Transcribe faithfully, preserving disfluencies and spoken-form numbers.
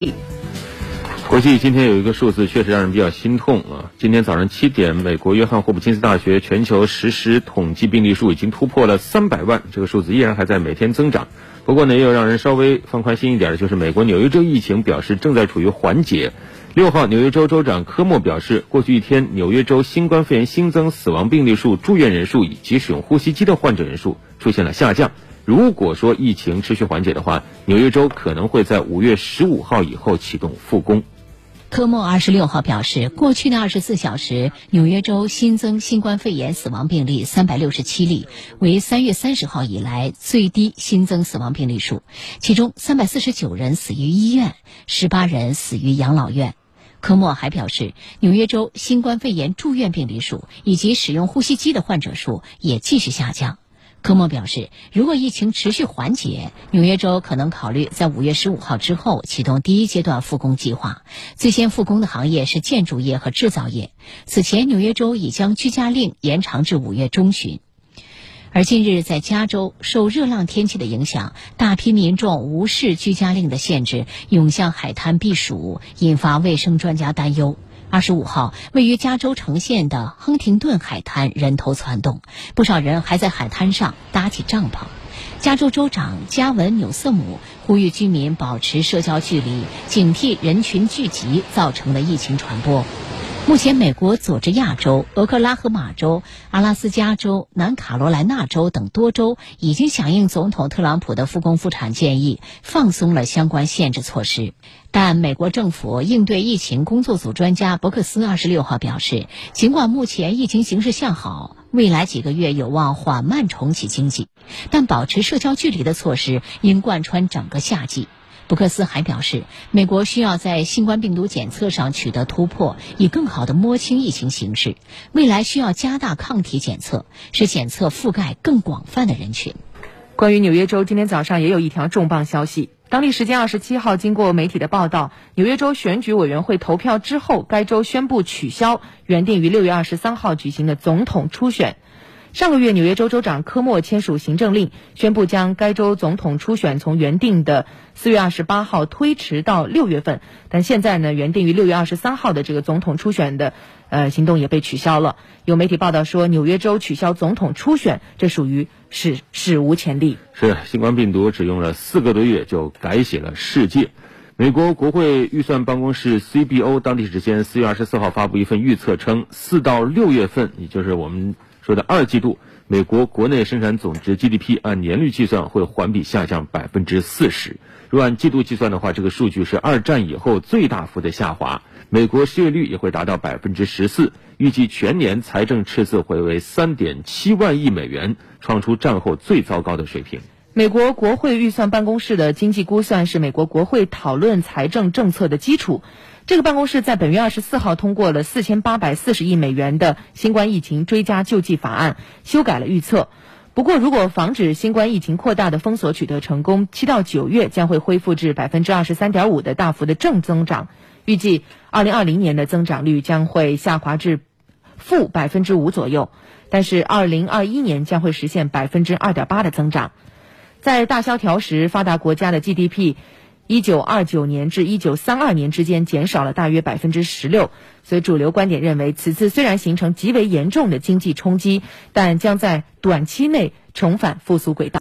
国际今天有一个数字确实让人比较心痛啊！今天早上七点，美国约翰霍普金斯大学全球实时统计病例数已经突破了三百万，这个数字依然还在每天增长。不过呢，也有让人稍微放宽心一点的，就是美国纽约州疫情表示正在处于缓解。六号，纽约州州长科莫表示，过去一天纽约州新冠肺炎新增死亡病例数、住院人数以及使用呼吸机的患者人数出现了下降。如果说疫情持续缓解的话，纽约州可能会在五月十五号以后启动复工。 科莫二十六号表示，过去的二十四小时，纽约州新增新冠肺炎死亡病例三百六十七例，为三月三十号以来最低新增死亡病例数，其中三百四十九人死于医院，十八人死于养老院。科莫还表示，纽约州新冠肺炎住院病例数以及使用呼吸机的患者数也继续下降。科莫表示，如果疫情持续缓解，纽约州可能考虑在五月十五号之后启动第一阶段复工计划。最先复工的行业是建筑业和制造业。此前，纽约州已将居家令延长至五月中旬。而近日在加州，受热浪天气的影响，大批民众无视居家令的限制，涌向海滩避暑，引发卫生专家担忧。二十五号，位于加州城县的亨廷顿海滩人头攒动，不少人还在海滩上搭起帐篷。加州州长加文·纽瑟姆呼吁居民保持社交距离，警惕人群聚集造成的疫情传播。目前，美国佐治亚州、俄克拉荷马州、阿拉斯加州、南卡罗来纳州等多州已经响应总统特朗普的复工复产建议，放松了相关限制措施。但美国政府应对疫情工作组专家伯克斯二十六号表示，尽管目前疫情形势向好，未来几个月有望缓慢重启经济，但保持社交距离的措施应贯穿整个夏季。伯克斯还表示，美国需要在新冠病毒检测上取得突破，以更好地摸清疫情形势。未来需要加大抗体检测，使检测覆盖更广泛的人群。 关于纽约州，今天早上也有一条重磅消息。当地时间二十七号，经过媒体的报道，纽约州选举委员会投票之后，该州宣布取消原定于六月二十三号举行的总统初选。上个月，纽约州州长科莫签署行政令，宣布将该州总统初选从原定的四月二十八号推迟到六月份。但现在呢，原定于六月二十三号的这个总统初选的呃行动也被取消了。有媒体报道说，纽约州取消总统初选，这属于史史无前例。 是，新冠病毒只用了四个多月就改写了世界。美国国会预算办公室 C B O 当地时间四月二十四号发布一份预测称，四到六月份，也就是我们说的二季度，美国国内生产总值 G D P 按年率计算会环比下降百分之四十。如按季度计算的话，这个数据是二战以后最大幅的下滑。美国失业率也会达到百分之十四，预计全年财政赤字会为三点七万亿美元，创出战后最糟糕的水平。 美国国会预算办公室的经济估算是美国国会讨论财政政策的基础。这个办公室在本月二十四号通过了四千八百四十亿美元的新冠疫情追加救济法案，修改了预测。不过，如果防止新冠疫情扩大的封锁取得成功，七到九月将会恢复至百分之二十三点五的大幅的正增长。预计二零二零年的增长率将会下滑至负百分之五左右，但是二零二一年将会实现百分之二点八的增长。在大萧条时，发达国家的 G D P一九二九年至一九三二年之间减少了大约百分之十六，所以主流观点认为，此次虽然形成极为严重的经济冲击，但将在短期内重返复苏轨道。